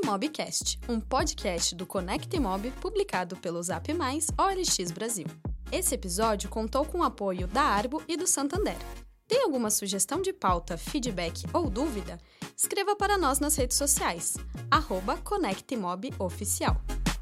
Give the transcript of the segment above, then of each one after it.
Mobcast, um podcast do Conecta Imob publicado pelo Zap Mais OLX Brasil. Esse episódio contou com o apoio da Arbo e do Santander. Tem alguma sugestão de pauta, feedback ou dúvida? Escreva para nós nas redes sociais, @ConectaImobOficial.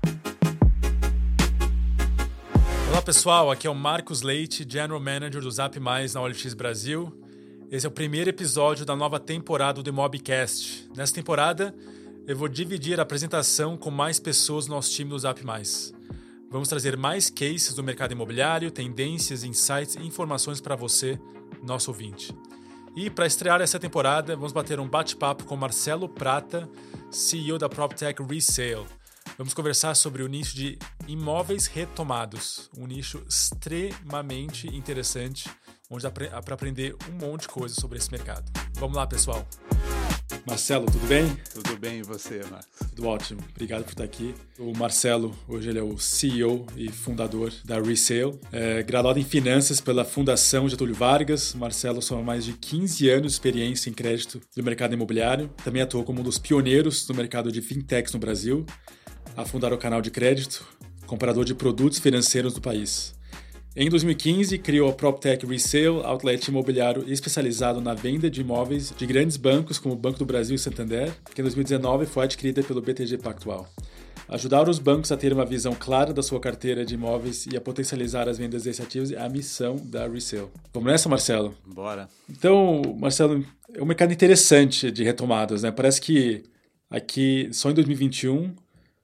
Olá pessoal, aqui é o Marcos Leite, General Manager do Zap Mais na OLX Brasil. Esse é o primeiro episódio da nova temporada do Mobcast. Nessa temporada, eu vou dividir a apresentação com mais pessoas do nosso time do Zap Mais. Vamos trazer mais cases do mercado imobiliário, tendências, insights e informações para você, nosso ouvinte. E para estrear essa temporada, vamos bater um bate-papo com Marcelo Prata, CEO da PropTech Resale. Vamos conversar sobre o nicho de imóveis retomados, um nicho extremamente interessante, onde dá para aprender um monte de coisa sobre esse mercado. Vamos lá, pessoal. Marcelo, tudo bem? Tudo bem, e você, Marcos? Tudo ótimo, obrigado por estar aqui. O Marcelo, hoje ele é o CEO e fundador da Resale, graduado em Finanças pela Fundação Getúlio Vargas. Marcelo soma mais de 15 anos de experiência em crédito do mercado imobiliário. Também atuou como um dos pioneiros do mercado de fintechs no Brasil, a fundar o canal de crédito, comparador de produtos financeiros do país. Em 2015, criou a PropTech Resale, outlet imobiliário especializado na venda de imóveis de grandes bancos como o Banco do Brasil e Santander, que em 2019 foi adquirida pelo BTG Pactual. Ajudar os bancos a ter uma visão clara da sua carteira de imóveis e a potencializar as vendas desse ativo é a missão da Resale. Vamos nessa, Marcelo? Bora. Então, Marcelo, é um mercado interessante de retomadas, né? Parece que aqui, só em 2021,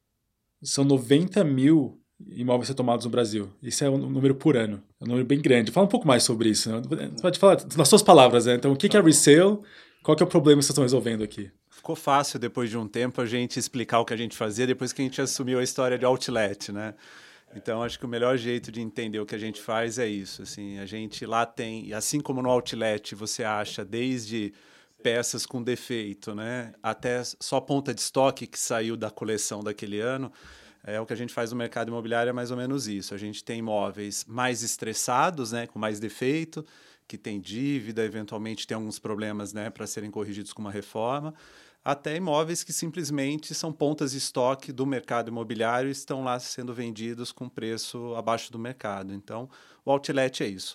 são 90 mil imóveis retomados no Brasil. Isso é um número por ano. É um número bem grande. Fala um pouco mais sobre isso. Né? Você pode falar nas suas palavras, né? Então, o que é a Resale? Qual que é o problema que vocês estão resolvendo aqui? Ficou fácil, depois de um tempo, a gente explicar o que a gente fazia depois que a gente assumiu a história de outlet, né? Então, acho que o melhor jeito de entender o que a gente faz é isso. Assim, a gente lá tem, assim como no outlet, você acha desde peças com defeito, né? Até só ponta de estoque que saiu da coleção daquele ano. O que a gente faz no mercado imobiliário é mais ou menos isso. A gente tem imóveis mais estressados, né, com mais defeito, que tem dívida, eventualmente tem alguns problemas, né, para serem corrigidos com uma reforma, até imóveis que simplesmente são pontas de estoque do mercado imobiliário e estão lá sendo vendidos com preço abaixo do mercado. Então, o outlet é isso.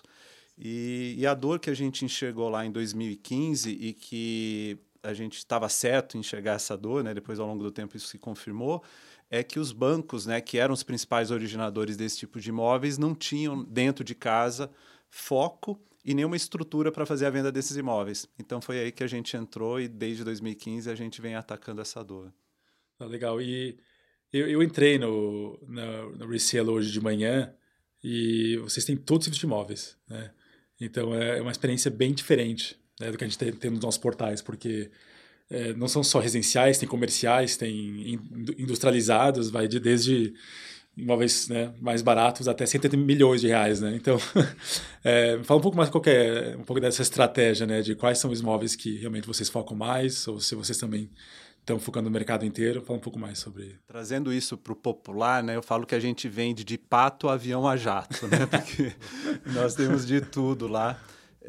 E a dor que a gente enxergou lá em 2015 e que a gente estava certo em enxergar essa dor, né, depois ao longo do tempo isso se confirmou, é que os bancos, né, que eram os principais originadores desse tipo de imóveis, não tinham dentro de casa foco e nenhuma estrutura para fazer a venda desses imóveis. Então foi aí que a gente entrou e desde 2015 a gente vem atacando essa dor. Legal. E eu entrei na Resale hoje de manhã e vocês têm todos os tipos de imóveis, né? Então é uma experiência bem diferente, né, do que a gente tem nos nossos portais, porque não são só residenciais, tem comerciais, tem industrializados, vai desde imóveis, né, mais baratos até 180 milhões de reais, né? Então, fala um pouco mais um pouco dessa estratégia, né, de quais são os imóveis que realmente vocês focam mais, ou se vocês também estão focando no mercado inteiro. Fala um pouco mais sobre... Trazendo isso para o popular, né, eu falo que a gente vende de pato, avião a jato, né, porque nós temos de tudo lá.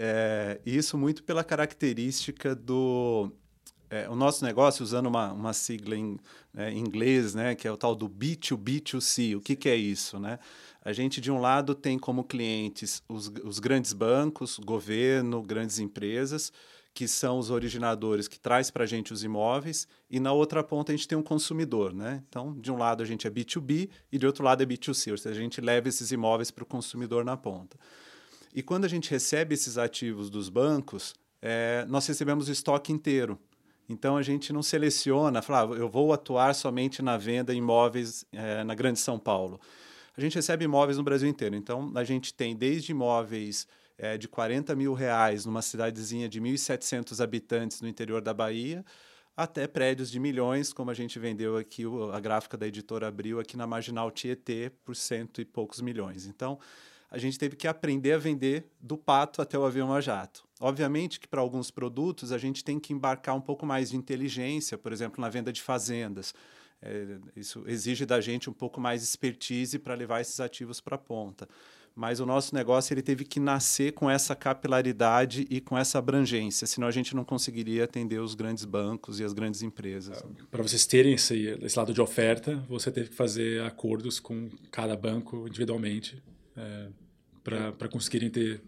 Isso muito pela característica do... o nosso negócio, usando uma sigla em inglês, né, que é o tal do B2B2C. O que é isso? Né? A gente, de um lado, tem como clientes os grandes bancos, governo, grandes empresas, que são os originadores que traz para a gente os imóveis, e na outra ponta a gente tem um consumidor. Né? Então, de um lado a gente é B2B e de outro lado é B2C, ou seja, a gente leva esses imóveis para o consumidor na ponta. E quando a gente recebe esses ativos dos bancos, nós recebemos o estoque inteiro. Então, a gente não seleciona, fala, eu vou atuar somente na venda de imóveis na Grande São Paulo. A gente recebe imóveis no Brasil inteiro. Então, a gente tem desde imóveis de 40 mil reais numa cidadezinha de 1.700 habitantes no interior da Bahia, até prédios de milhões, como a gente vendeu aqui, a gráfica da editora Abril, aqui na Marginal Tietê, por 100 e poucos milhões. Então, a gente teve que aprender a vender do pato até o avião a jato. Obviamente que para alguns produtos a gente tem que embarcar um pouco mais de inteligência, por exemplo, na venda de fazendas. Isso exige da gente um pouco mais de expertise para levar esses ativos para a ponta. mas o nosso negócio ele teve que nascer com essa capilaridade e com essa abrangência, senão a gente não conseguiria atender os grandes bancos e as grandes empresas. Para vocês terem esse lado de oferta, você teve que fazer acordos com cada banco individualmente para conseguirem ter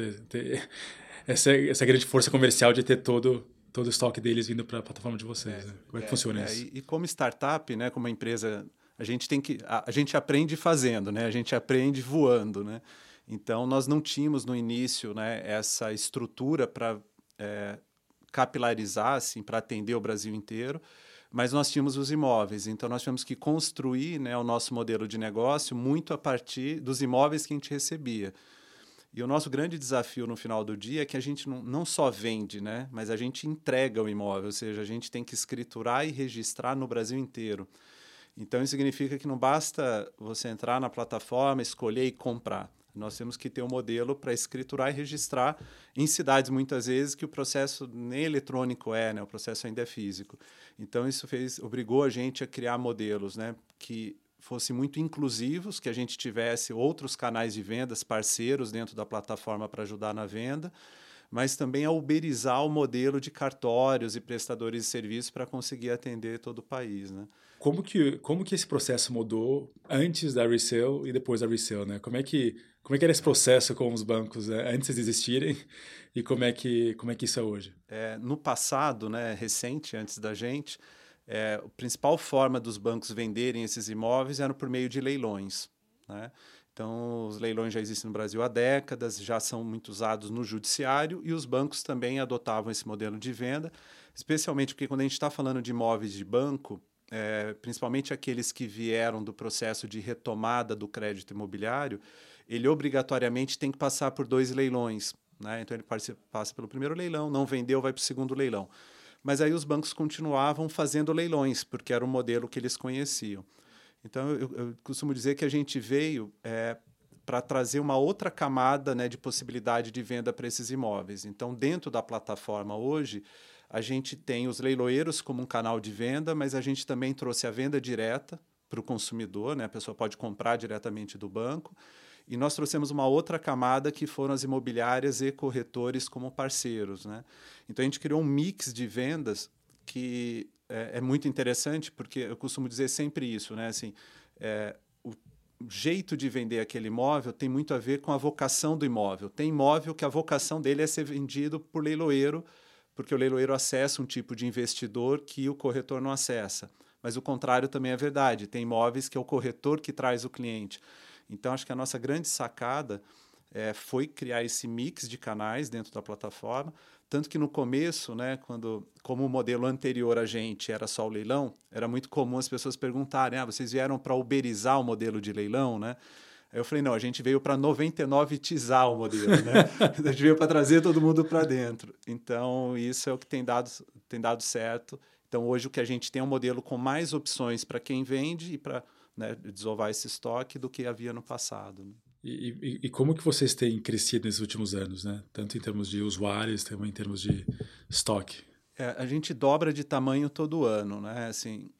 essa grande força comercial de ter todo o estoque deles vindo para a plataforma de vocês. Né? Como é que funciona isso? E como startup, né, como uma empresa, a gente aprende fazendo, né? A gente aprende voando, né? Então, nós não tínhamos no início, né, essa estrutura para capilarizar, assim, para atender o Brasil inteiro, mas nós tínhamos os imóveis. Então, nós tivemos que construir, né, o nosso modelo de negócio muito a partir dos imóveis que a gente recebia. E o nosso grande desafio no final do dia é que a gente não só vende, né, mas a gente entrega o imóvel, ou seja, a gente tem que escriturar e registrar no Brasil inteiro. Então, isso significa que não basta você entrar na plataforma, escolher e comprar. Nós temos que ter um modelo para escriturar e registrar em cidades, muitas vezes, que o processo nem eletrônico né? O processo ainda é físico. Então, isso obrigou a gente a criar modelos, né, que fossem muito inclusivos, que a gente tivesse outros canais de vendas, parceiros dentro da plataforma para ajudar na venda, mas também a uberizar o modelo de cartórios e prestadores de serviços para conseguir atender todo o país, né? Como que esse processo mudou antes da resale e depois da resale, né? Como é que era esse processo com os bancos, né, antes de existirem e como é que isso é hoje? No passado, né, recente, antes da gente, a principal forma dos bancos venderem esses imóveis era por meio de leilões, né? Então, os leilões já existem no Brasil há décadas, já são muito usados no judiciário e os bancos também adotavam esse modelo de venda, especialmente porque quando a gente está falando de imóveis de banco, principalmente aqueles que vieram do processo de retomada do crédito imobiliário, ele obrigatoriamente tem que passar por 2 leilões, né? Então, ele passa pelo primeiro leilão, não vendeu, vai para o segundo leilão. Mas aí os bancos continuavam fazendo leilões, porque era o modelo que eles conheciam. Então, eu costumo dizer que a gente veio para trazer uma outra camada, né, de possibilidade de venda para esses imóveis. Então, dentro da plataforma hoje, a gente tem os leiloeiros como um canal de venda, mas a gente também trouxe a venda direta para o consumidor, né? A pessoa pode comprar diretamente do banco. E nós trouxemos uma outra camada que foram as imobiliárias e corretores como parceiros, né? Então, a gente criou um mix de vendas que é muito interessante, porque eu costumo dizer sempre isso, né? Assim, o jeito de vender aquele imóvel tem muito a ver com a vocação do imóvel. Tem imóvel que a vocação dele é ser vendido por leiloeiro, porque o leiloeiro acessa um tipo de investidor que o corretor não acessa. Mas o contrário também é verdade. Tem imóveis que é o corretor que traz o cliente. Então, acho que a nossa grande sacada foi criar esse mix de canais dentro da plataforma. Tanto que no começo, né, como o modelo anterior a gente era só o leilão, era muito comum as pessoas perguntarem, vocês vieram para uberizar o modelo de leilão, né? Aí eu falei, não, a gente veio para 99tizar o modelo, né? A gente veio para trazer todo mundo para dentro. Então, isso é o que tem dado certo. Então, hoje o que a gente tem é um modelo com mais opções para quem vende e para, né, desovar esse estoque do que havia no passado, né? E como que vocês têm crescido nesses últimos anos, né? Tanto em termos de usuários, também em termos de estoque? A gente dobra de tamanho todo ano, né? Assim,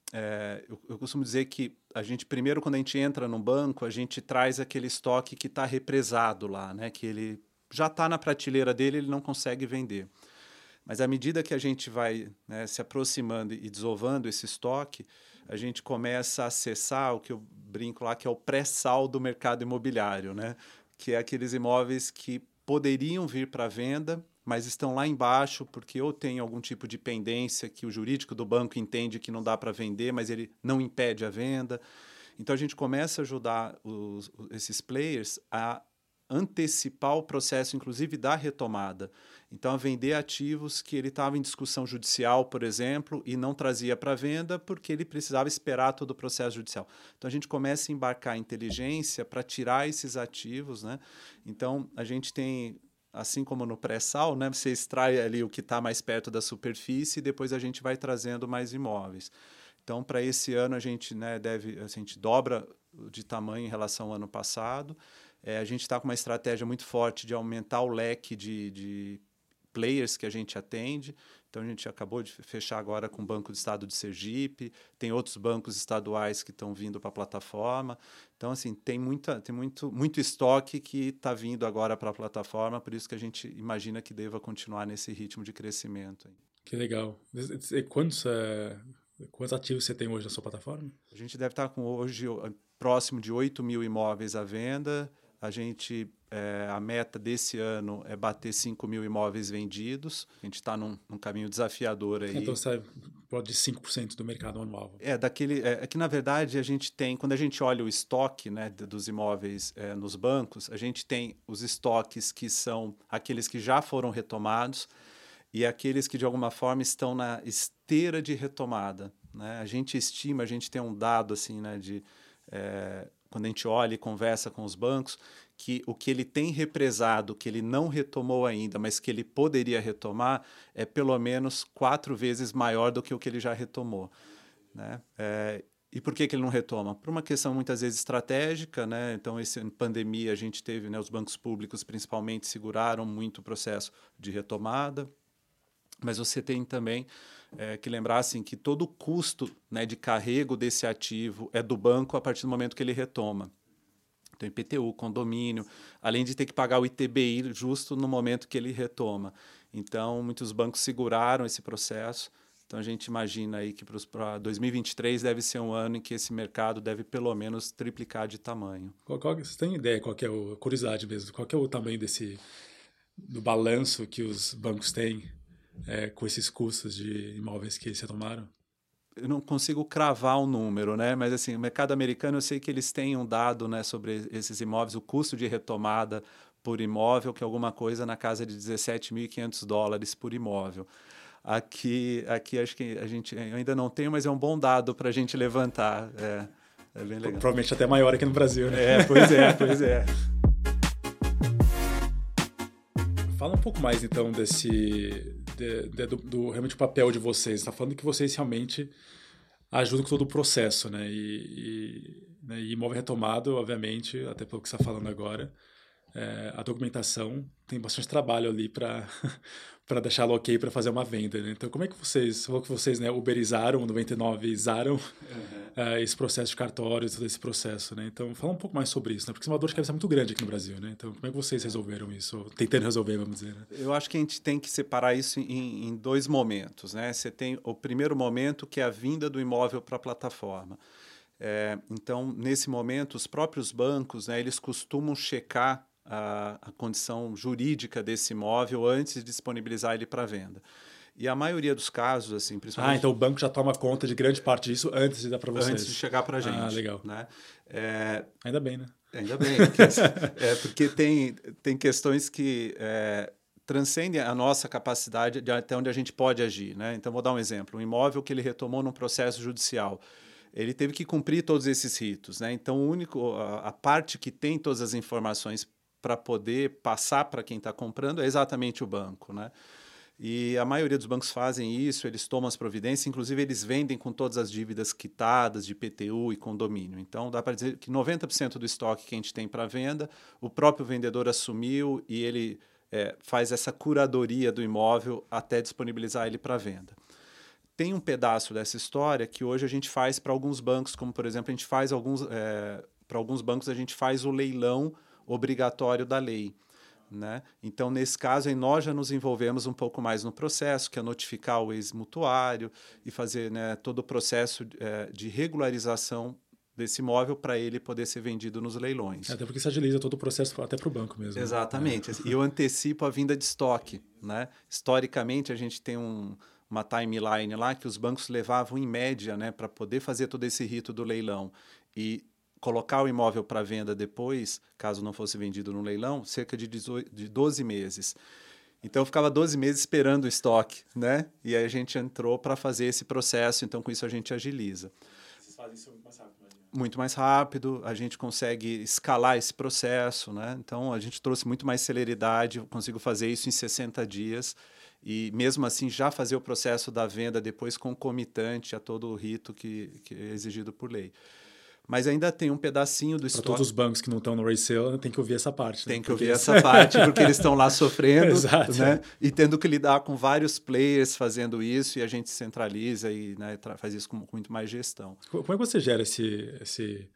eu costumo dizer que a gente, primeiro, quando a gente entra no banco, a gente traz aquele estoque que está represado lá, né? Que ele já está na prateleira dele, ele não consegue vender. Mas à medida que a gente vai, né, se aproximando e desovando esse estoque, a gente começa a acessar o que eu brinco lá, que é o pré-sal do mercado imobiliário, né? Que é aqueles imóveis que poderiam vir para venda, mas estão lá embaixo porque ou tem algum tipo de pendência que o jurídico do banco entende que não dá para vender, mas ele não impede a venda. Então, a gente começa a ajudar esses players a antecipar o processo, inclusive, da retomada. Então, a vender ativos que ele estava em discussão judicial, por exemplo, e não trazia para venda porque ele precisava esperar todo o processo judicial. Então, a gente começa a embarcar a inteligência para tirar esses ativos, né? Então, a gente tem, assim como no pré-sal, né? Você extrai ali o que está mais perto da superfície e depois a gente vai trazendo mais imóveis. Então, para esse ano, a gente, né, a gente dobra de tamanho em relação ao ano passado. A gente está com uma estratégia muito forte de aumentar o leque de players que a gente atende. Então, a gente acabou de fechar agora com o Banco do Estado de Sergipe, tem outros bancos estaduais que estão vindo para a plataforma. Então, assim, tem muito estoque que está vindo agora para a plataforma, por isso que a gente imagina que deva continuar nesse ritmo de crescimento. Que legal. E quantos ativos você tem hoje na sua plataforma? A gente deve estar com hoje próximo de 8 mil imóveis à venda. A meta desse ano é bater 5 mil imóveis vendidos. A gente está num caminho desafiador aí. Então, você pode de 5% do mercado anual. É que, na verdade, a gente tem, quando a gente olha o estoque, né, dos imóveis nos bancos, a gente tem os estoques que são aqueles que já foram retomados e aqueles que, de alguma forma, estão na esteira de retomada, né? A gente tem um dado assim, né, quando a gente olha e conversa com os bancos, que o que ele tem represado, que ele não retomou ainda, mas que ele poderia retomar, é pelo menos 4 vezes maior do que o que ele já retomou, né? E por que ele não retoma? Por uma questão muitas vezes estratégica, né? Então, em pandemia, a gente teve, né, os bancos públicos principalmente seguraram muito o processo de retomada, mas você tem também que lembrar assim, que todo o custo, né, de carrego desse ativo é do banco a partir do momento que ele retoma. Então, IPTU, condomínio, além de ter que pagar o ITBI justo no momento que ele retoma. Então, muitos bancos seguraram esse processo. Então, a gente imagina aí que para 2023 deve ser um ano em que esse mercado deve pelo menos triplicar de tamanho. Você tem ideia, curiosidade mesmo, qual que é o tamanho do balanço que os bancos têm com esses custos de imóveis que eles retomaram? Eu não consigo cravar um número, né? Mas assim, o mercado americano, eu sei que eles têm um dado, né, sobre esses imóveis, o custo de retomada por imóvel, que é alguma coisa na casa de $17.500 por imóvel. Aqui acho que eu ainda não tenho, mas é um bom dado para a gente levantar. É bem legal. Provavelmente até maior aqui no Brasil, né? Pois é. Fala um pouco mais, então, do realmente o papel de vocês. Você está falando que vocês realmente ajudam com todo o processo, né? E imóvel retomado, obviamente, até pelo que você está falando agora, a documentação tem bastante trabalho ali para deixá-lo ok para fazer uma venda, né? Então, como é que vocês, né, uberizaram, 99izaram esse processo de cartório, todo esse processo, né? Então, fala um pouco mais sobre isso, né? Porque isso é uma dor de cabeça muito grande aqui no Brasil, né? Então, como é que vocês resolveram isso? Ou tentando resolver, vamos dizer, né? Eu acho que a gente tem que separar isso em 2 momentos, né? Você tem o primeiro momento, que é a vinda do imóvel para a plataforma. Então, nesse momento, os próprios bancos, né, eles costumam checar a condição jurídica desse imóvel antes de disponibilizar ele para venda. E a maioria dos casos, assim, principalmente... então o banco já toma conta de grande parte disso antes de dar para vocês. Antes de chegar para a gente. Legal. Né? Ainda bem, né? Ainda bem. Porque tem questões que transcendem a nossa capacidade de até onde a gente pode agir, né? Então, vou dar um exemplo. Um imóvel que ele retomou num processo judicial. Ele teve que cumprir todos esses ritos, né? Então, a parte que tem todas as informações para poder passar para quem está comprando é exatamente o banco, né? E a maioria dos bancos fazem isso, eles tomam as providências, inclusive eles vendem com todas as dívidas quitadas de IPTU e condomínio. Então, dá para dizer que 90% do estoque que a gente tem para venda, o próprio vendedor assumiu e ele faz essa curadoria do imóvel até disponibilizar ele para venda. Tem um pedaço dessa história que hoje a gente faz para alguns bancos, como, por exemplo, a gente faz para alguns bancos a gente faz o leilão obrigatório da lei, né? Então, nesse caso, aí nós já nos envolvemos um pouco mais no processo, que é notificar o ex-mutuário e fazer, né, todo o processo de regularização desse imóvel para ele poder ser vendido nos leilões. Até porque isso agiliza todo o processo até para o banco mesmo. Exatamente. E eu antecipo a vinda de estoque, né? Historicamente, a gente tem uma timeline lá que os bancos levavam em média, né, para poder fazer todo esse rito do leilão e colocar o imóvel para venda depois, caso não fosse vendido no leilão, cerca de 12 meses. Então, eu ficava 12 meses esperando o estoque, né? E aí a gente entrou para fazer esse processo, então com isso a gente agiliza. Vocês fazem isso muito mais rápido, imagina. Muito mais rápido, a gente consegue escalar esse processo, né? Então, a gente trouxe muito mais celeridade, eu consigo fazer isso em 60 dias e, mesmo assim, já fazer o processo da venda depois concomitante a todo o rito que é exigido por lei. Mas ainda tem um pedacinho do estoque. Para todos os bancos que não estão no resale, tem que ouvir essa parte. Tem que ouvir essa parte, porque eles estão lá sofrendo, Exato. Né? E tendo que lidar com vários players fazendo isso, e a gente centraliza e, né, faz isso com muito mais gestão. Como é que você gera esse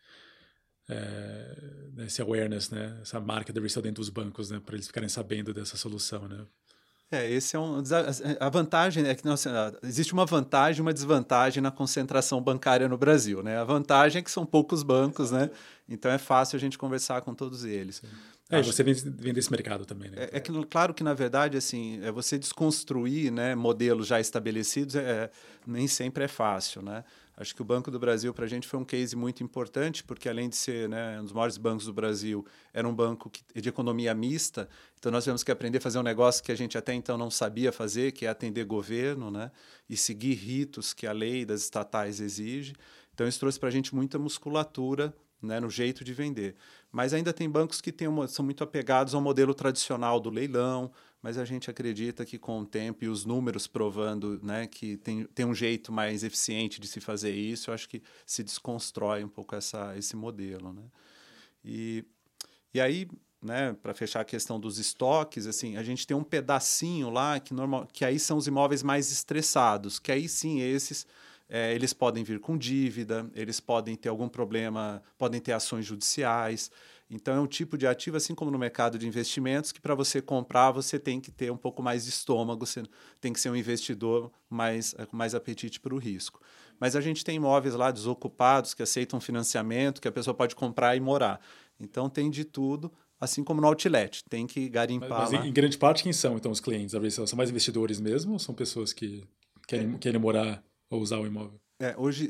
awareness, né? Essa marca de resale dentro dos bancos, né? Para eles ficarem sabendo dessa solução, né? Esse é a vantagem é que existe uma vantagem e uma desvantagem na concentração bancária no Brasil, né? A vantagem é que são poucos bancos, né? Então é fácil a gente conversar com todos eles. E você vem desse mercado também, né? Claro que, na verdade, assim, você desconstruir, né, modelos já estabelecidos nem sempre é fácil, né? Acho que o Banco do Brasil, para a gente, foi um case muito importante, porque além de ser, né, um dos maiores bancos do Brasil, era um banco de economia mista, então nós tivemos que aprender a fazer um negócio que a gente até então não sabia fazer, que é atender governo, né, e seguir ritos que a lei das estatais exige. Então isso trouxe para a gente muita musculatura, né, no jeito de vender. Mas ainda tem bancos que são muito apegados ao modelo tradicional do leilão, mas a gente acredita que com o tempo e os números provando, né, que tem um jeito mais eficiente de se fazer isso, eu acho que se desconstrói um pouco esse modelo, né? E aí, né, para fechar a questão dos estoques, assim, a gente tem um pedacinho lá que aí são os imóveis mais estressados, que aí sim eles podem vir com dívida, eles podem ter algum problema, podem ter ações judiciais. Então, é um tipo de ativo, assim como no mercado de investimentos, que para você comprar, você tem que ter um pouco mais de estômago, você tem que ser um investidor com mais apetite para o risco. Mas a gente tem imóveis lá desocupados, que aceitam financiamento, que a pessoa pode comprar e morar. Então, tem de tudo, assim como no outlet, tem que garimpar lá. Em grande parte, quem são, então, os clientes? São mais investidores mesmo ou são pessoas que querem morar ou usar o imóvel? Hoje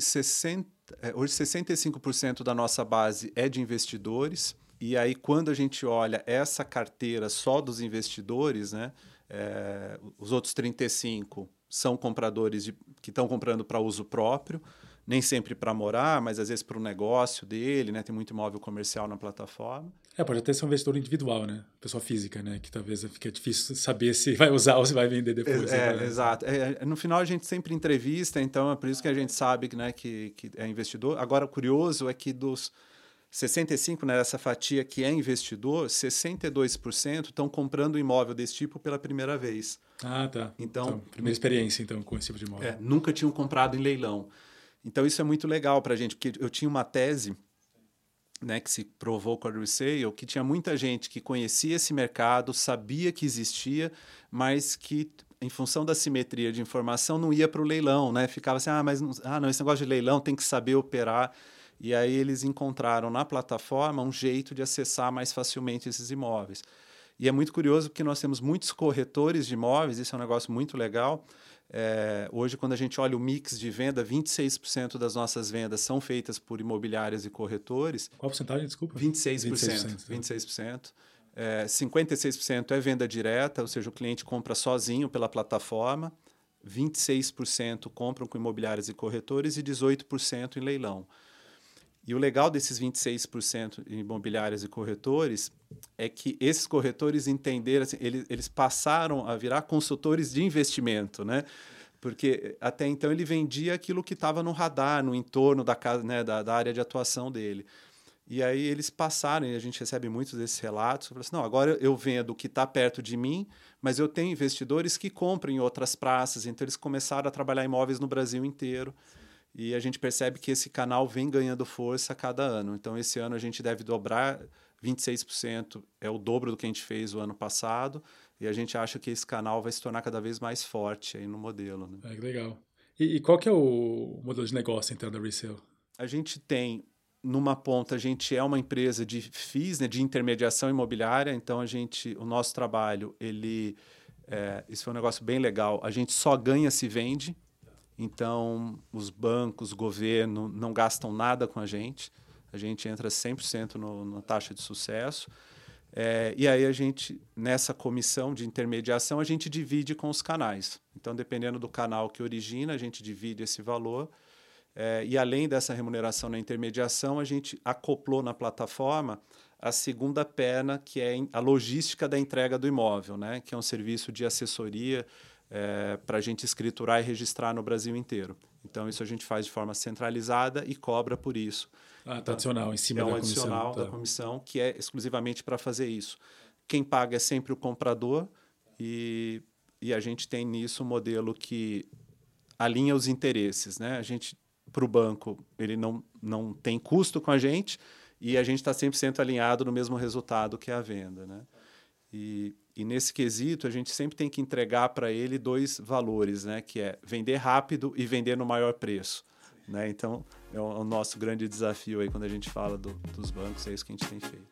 65% da nossa base é de investidores. E aí, quando a gente olha essa carteira só dos investidores, né, os outros 35% são compradores que estão comprando para uso próprio, nem sempre para morar, mas às vezes para o negócio dele, né, tem muito imóvel comercial na plataforma. Pode até ser um investidor individual, né? Pessoa física, né? Que talvez fique difícil saber se vai usar ou se vai vender depois. Exato. No final, a gente sempre entrevista, então é por isso que a gente sabe, né, que é investidor. Agora, o curioso é que dos 65%, né, dessa fatia que é investidor, 62% estão comprando um imóvel desse tipo pela primeira vez. Ah, tá. Então primeira experiência, então, com esse tipo de imóvel. Nunca tinham comprado em leilão. Então, isso é muito legal para a gente, porque eu tinha uma tese, né, que se provou com a resale, que tinha muita gente que conhecia esse mercado, sabia que existia, mas que, em função da simetria de informação, não ia para o leilão, né? Ficava assim, não, esse negócio de leilão tem que saber operar. E aí eles encontraram na plataforma um jeito de acessar mais facilmente esses imóveis. E é muito curioso porque nós temos muitos corretores de imóveis, isso é um negócio muito legal. Hoje, quando a gente olha o mix de venda, 26% das nossas vendas são feitas por imobiliárias e corretores. Qual porcentagem, desculpa? 26%. 26%. 56% é venda direta, ou seja, o cliente compra sozinho pela plataforma. 26% compram com imobiliárias e corretores e 18% em leilão. E o legal desses 26% em imobiliárias e corretores é que esses corretores entenderam, assim, eles passaram a virar consultores de investimento, né? Porque até então ele vendia aquilo que estava no radar, no entorno da casa, né, da área de atuação dele. E aí eles passaram, e a gente recebe muitos desses relatos, assim, não, agora eu vendo o que está perto de mim, mas eu tenho investidores que compram em outras praças, então eles começaram a trabalhar imóveis no Brasil inteiro. E a gente percebe que esse canal vem ganhando força a cada ano. Então, esse ano a gente deve dobrar, 26% é o dobro do que a gente fez o ano passado, e a gente acha que esse canal vai se tornar cada vez mais forte aí no modelo. Né? Que legal. E qual que é o modelo de negócio, então, da resale? A gente tem, numa ponta, a gente é uma empresa de FIIs, né, de intermediação imobiliária, então o nosso trabalho, isso é um negócio bem legal, a gente só ganha se vende. Então, os bancos, o governo não gastam nada com a gente entra 100% na taxa de sucesso. E aí nessa comissão de intermediação, a gente divide com os canais. Então, dependendo do canal que origina, a gente divide esse valor. E além dessa remuneração na intermediação, a gente acoplou na plataforma a segunda perna, que é a logística da entrega do imóvel, né? Que é um serviço de assessoria para a gente escriturar e registrar no Brasil inteiro. Então, isso a gente faz de forma centralizada e cobra por isso. Tá adicional, em cima da comissão. É um adicional da comissão que é exclusivamente para fazer isso. Quem paga é sempre o comprador e a gente tem nisso um modelo que alinha os interesses, né? A gente, para o banco, ele não tem custo com a gente e a gente está 100% alinhado no mesmo resultado que é a venda, né? E nesse quesito, a gente sempre tem que entregar para ele 2 valores, né? Que é vender rápido e vender no maior preço. Né? Então, é o nosso grande desafio aí quando a gente fala dos bancos, é isso que a gente tem feito.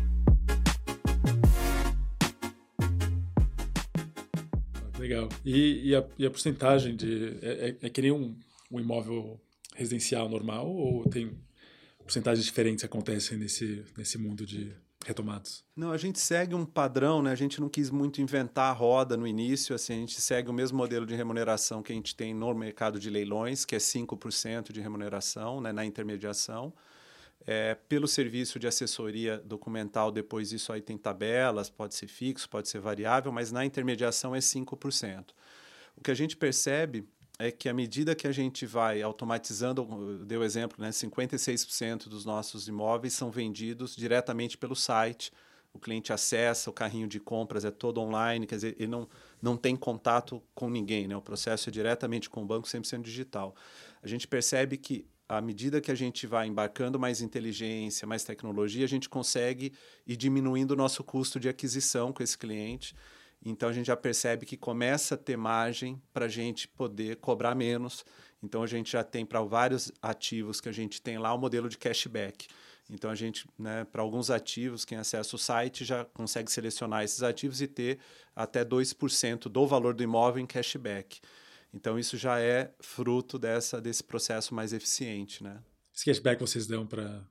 Legal. E a porcentagem de... É que nem um imóvel residencial normal ou tem porcentagens diferentes que acontecem nesse mundo de retomados? Não, a gente segue um padrão, né? A gente não quis muito inventar a roda no início, assim, a gente segue o mesmo modelo de remuneração que a gente tem no mercado de leilões, que é 5% de remuneração, né, na intermediação. Pelo serviço de assessoria documental, depois isso aí tem tabelas, pode ser fixo, pode ser variável, mas na intermediação é 5%. O que a gente percebe é que à medida que a gente vai automatizando, eu dei o exemplo, né, 56% dos nossos imóveis são vendidos diretamente pelo site, o cliente acessa, o carrinho de compras é todo online, quer dizer, ele não tem contato com ninguém, né? O processo é diretamente com o banco, 100% digital. A gente percebe que à medida que a gente vai embarcando mais inteligência, mais tecnologia, a gente consegue ir diminuindo o nosso custo de aquisição com esse cliente. Então, a gente já percebe que começa a ter margem para a gente poder cobrar menos. Então, a gente já tem para vários ativos que a gente tem lá o modelo de cashback. Então, a gente, né, para alguns ativos, quem acessa o site já consegue selecionar esses ativos e ter até 2% do valor do imóvel em cashback. Então, isso já é fruto desse processo mais eficiente, né? Esse cashback vocês dão para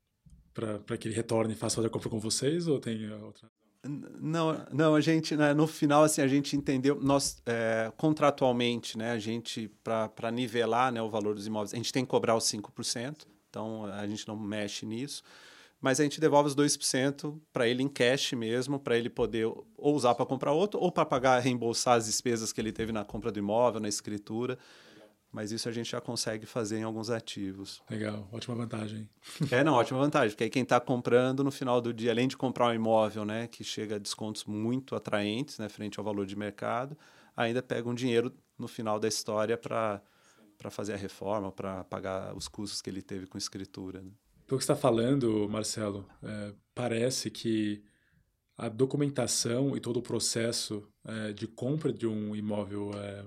que ele retorne e faça outra compra com vocês ou tem outra? Não, a gente, né, no final, assim, a gente entendeu, nós, contratualmente, né, a gente, para nivelar, né, o valor dos imóveis, a gente tem que cobrar os 5%, então a gente não mexe nisso, mas a gente devolve os 2% para ele em cash mesmo, para ele poder ou usar para comprar outro, ou para pagar, reembolsar as despesas que ele teve na compra do imóvel, na escritura. Mas isso a gente já consegue fazer em alguns ativos. Legal, ótima vantagem. Ótima vantagem, porque aí quem está comprando no final do dia, além de comprar um imóvel, né, que chega a descontos muito atraentes, né, frente ao valor de mercado, ainda pega um dinheiro no final da história para fazer a reforma, para pagar os custos que ele teve com escritura, né? Pelo que você está falando, Marcelo, parece que a documentação e todo o processo de compra de um imóvel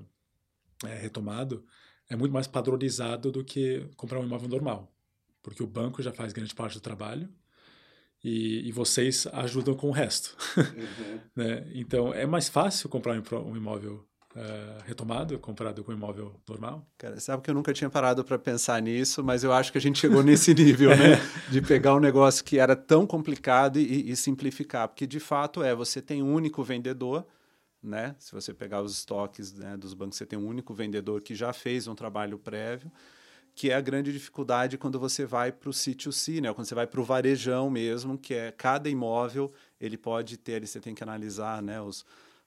retomado é muito mais padronizado do que comprar um imóvel normal, porque o banco já faz grande parte do trabalho e vocês ajudam com o resto. Uhum. Né? Então, é mais fácil comprar um imóvel retomado comparado com um imóvel normal? Cara, sabe que eu nunca tinha parado para pensar nisso, mas eu acho que a gente chegou nesse nível, né? De pegar um negócio que era tão complicado e simplificar, porque de fato você tem um único vendedor, né? Se você pegar os estoques, né, dos bancos, você tem um único vendedor que já fez um trabalho prévio, que é a grande dificuldade quando você vai para o C2C, né? Quando você vai para o varejão mesmo, que é cada imóvel, ele pode ter, você tem que analisar, né, os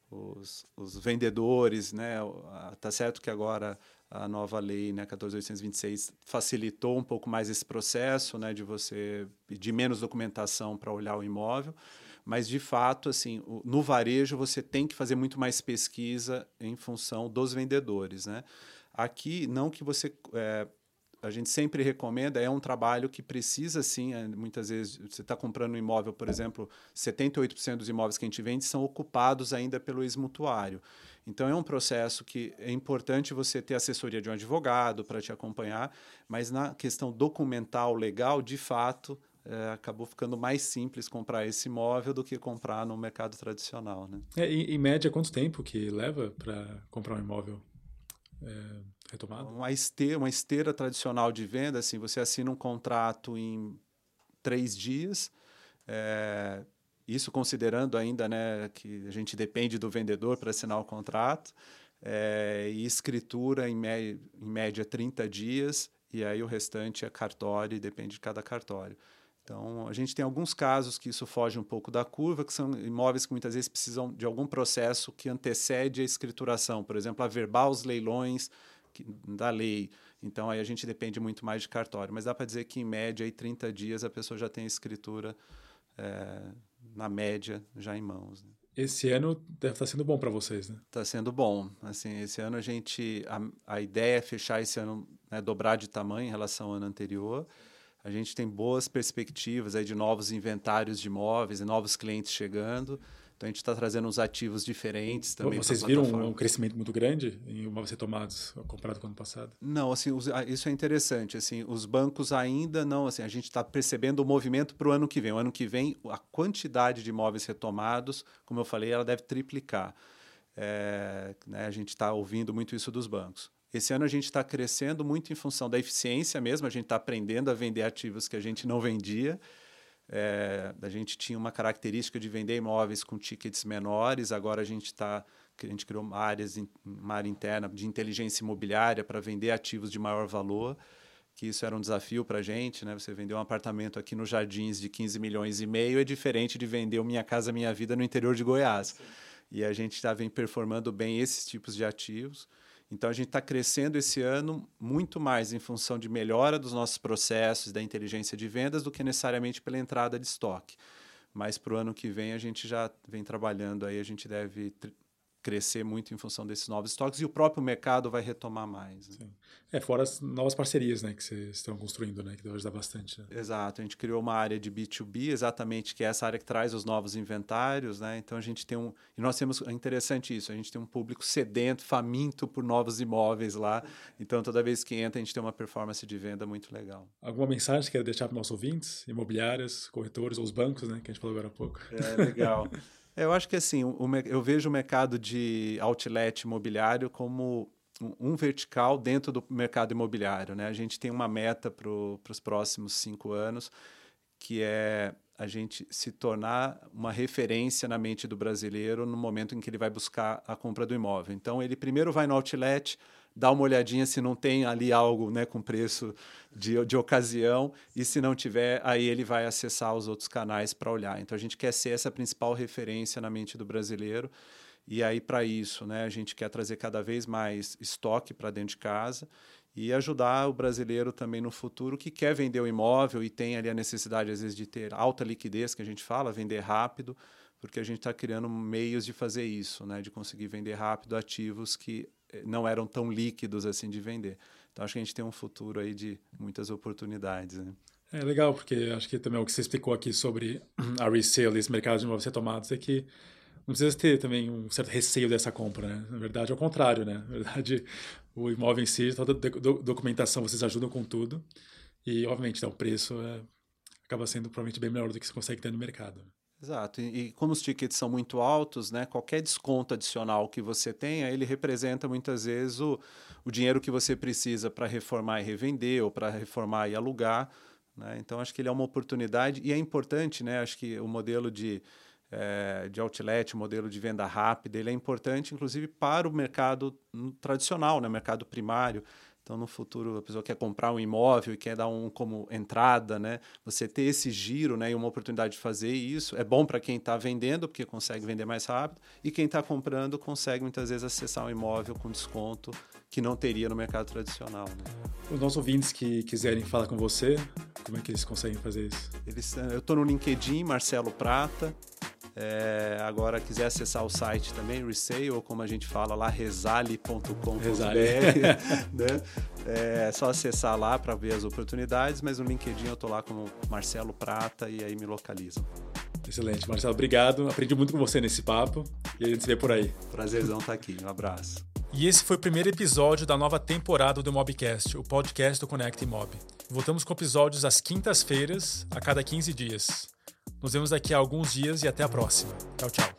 vendedores, né? Tá certo que agora a nova lei, né, 14.826, facilitou um pouco mais esse processo, né, de você pedir menos documentação para olhar o imóvel, mas de fato, assim, no varejo você tem que fazer muito mais pesquisa em função dos vendedores, né? Aqui, não que você a gente sempre recomenda, é um trabalho que precisa, sim, muitas vezes, você está comprando um imóvel, por exemplo, 78% dos imóveis que a gente vende são ocupados ainda pelo ex-mutuário. Então, é um processo que é importante você ter assessoria de um advogado para te acompanhar, mas na questão documental, legal, de fato, acabou ficando mais simples comprar esse imóvel do que comprar no mercado tradicional, né? Em média, quanto tempo que leva para comprar um imóvel retomado? Uma esteira tradicional de venda, assim, você assina um contrato em 3 dias, isso considerando ainda, né, que a gente depende do vendedor para assinar o contrato, e escritura em média 30 dias, e aí o restante é cartório e depende de cada cartório. Então, a gente tem alguns casos que isso foge um pouco da curva, que são imóveis que muitas vezes precisam de algum processo que antecede a escrituração, por exemplo, averbar os leilões da lei. Então, aí a gente depende muito mais de cartório. Mas dá para dizer que, em média, aí, 30 dias a pessoa já tem a escritura, na média, já em mãos. Né? Esse ano deve estar sendo bom para vocês, né? Está sendo bom. Assim, esse ano a ideia é fechar esse ano, né, dobrar de tamanho em relação ao ano anterior. A gente tem boas perspectivas aí de novos inventários de imóveis e novos clientes chegando. Então, a gente está trazendo uns ativos diferentes também. Vocês viram um crescimento muito grande em imóveis retomados comparado com o ano passado? Não, assim, isso é interessante. Assim, os bancos ainda não... Assim, a gente está percebendo o movimento para o ano que vem. O ano que vem, a quantidade de imóveis retomados, como eu falei, ela deve triplicar. Né, a gente está ouvindo muito isso dos bancos. Esse ano a gente está crescendo muito em função da eficiência mesmo. A gente está aprendendo a vender ativos que a gente não vendia. A gente tinha uma característica de vender imóveis com tickets menores, agora a gente criou uma área interna de inteligência imobiliária para vender ativos de maior valor, que isso era um desafio para a gente, né? Você vender um apartamento aqui nos Jardins de 15 milhões e meio é diferente de vender o Minha Casa Minha Vida no interior de Goiás. Sim. E a gente vem performando bem esses tipos de ativos. Então, a gente está crescendo esse ano muito mais em função de melhora dos nossos processos, da inteligência de vendas, do que necessariamente pela entrada de estoque. Mas para o ano que vem, a gente já vem trabalhando aí, a gente deve crescer muito em função desses novos estoques e o próprio mercado vai retomar mais. Né? Sim. Fora as novas parcerias, né, que vocês estão construindo, né, que deve ajudar bastante. Né? Exato, a gente criou uma área de B2B, exatamente, que é essa área que traz os novos inventários, né? Então a gente tem e nós temos, é interessante isso, a gente tem um público sedento, faminto por novos imóveis lá, então toda vez que entra a gente tem uma performance de venda muito legal. Alguma mensagem que quer deixar para os nossos ouvintes, imobiliárias, corretores ou os bancos, né, que a gente falou agora há pouco? Legal. Eu acho que assim, eu vejo o mercado de outlet imobiliário como um vertical dentro do mercado imobiliário. Né? A gente tem uma meta para os próximos 5 anos, que é a gente se tornar uma referência na mente do brasileiro no momento em que ele vai buscar a compra do imóvel. Então, ele primeiro vai no outlet, dá uma olhadinha se não tem ali algo, né, com preço de ocasião, e se não tiver, aí ele vai acessar os outros canais para olhar. Então, a gente quer ser essa principal referência na mente do brasileiro, e aí, para isso, né, a gente quer trazer cada vez mais estoque para dentro de casa e ajudar o brasileiro também no futuro que quer vender o imóvel e tem ali a necessidade, às vezes, de ter alta liquidez, que a gente fala, vender rápido, porque a gente está criando meios de fazer isso, né, de conseguir vender rápido ativos que não eram tão líquidos assim de vender. Então, acho que a gente tem um futuro aí de muitas oportunidades. Né? É legal, porque acho que também o que você explicou aqui sobre a resale, esse mercado de imóveis retomados, é que não precisa ter também um certo receio dessa compra, né? Na verdade, é o contrário, né? Na verdade, o imóvel em si, toda a documentação, vocês ajudam com tudo. E, obviamente, o preço acaba sendo provavelmente bem melhor do que você consegue ter no mercado. Exato. E como os tickets são muito altos, né, qualquer desconto adicional que você tenha, ele representa muitas vezes o dinheiro que você precisa para reformar e revender ou para reformar e alugar. Né? Então, acho que ele é uma oportunidade e é importante, né? Acho que o modelo de outlet, o modelo de venda rápida, ele é importante, inclusive, para o mercado tradicional, né? Mercado primário. Então, no futuro, a pessoa quer comprar um imóvel e quer dar como entrada, né? Você ter esse giro, né? E uma oportunidade de fazer isso é bom para quem está vendendo, porque consegue vender mais rápido, e quem está comprando consegue, muitas vezes, acessar um imóvel com desconto que não teria no mercado tradicional. Né? Os nossos ouvintes que quiserem falar com você, como é que eles conseguem fazer isso? Eu estou no LinkedIn, Marcelo Prata. Agora, quiser acessar o site também, Resale, ou como a gente fala lá, resale.com.br. Né? É só acessar lá para ver as oportunidades, mas no LinkedIn eu estou lá como Marcelo Prata e aí me localizam. Excelente, Marcelo, obrigado. Aprendi muito com você nesse papo e a gente se vê por aí. Prazerzão estar aqui, um abraço. E esse foi o primeiro episódio da nova temporada do Mobcast, o podcast do Connect Mob. Voltamos com episódios às quintas-feiras, a cada 15 dias. Nos vemos daqui a alguns dias e até a próxima. Tchau, tchau.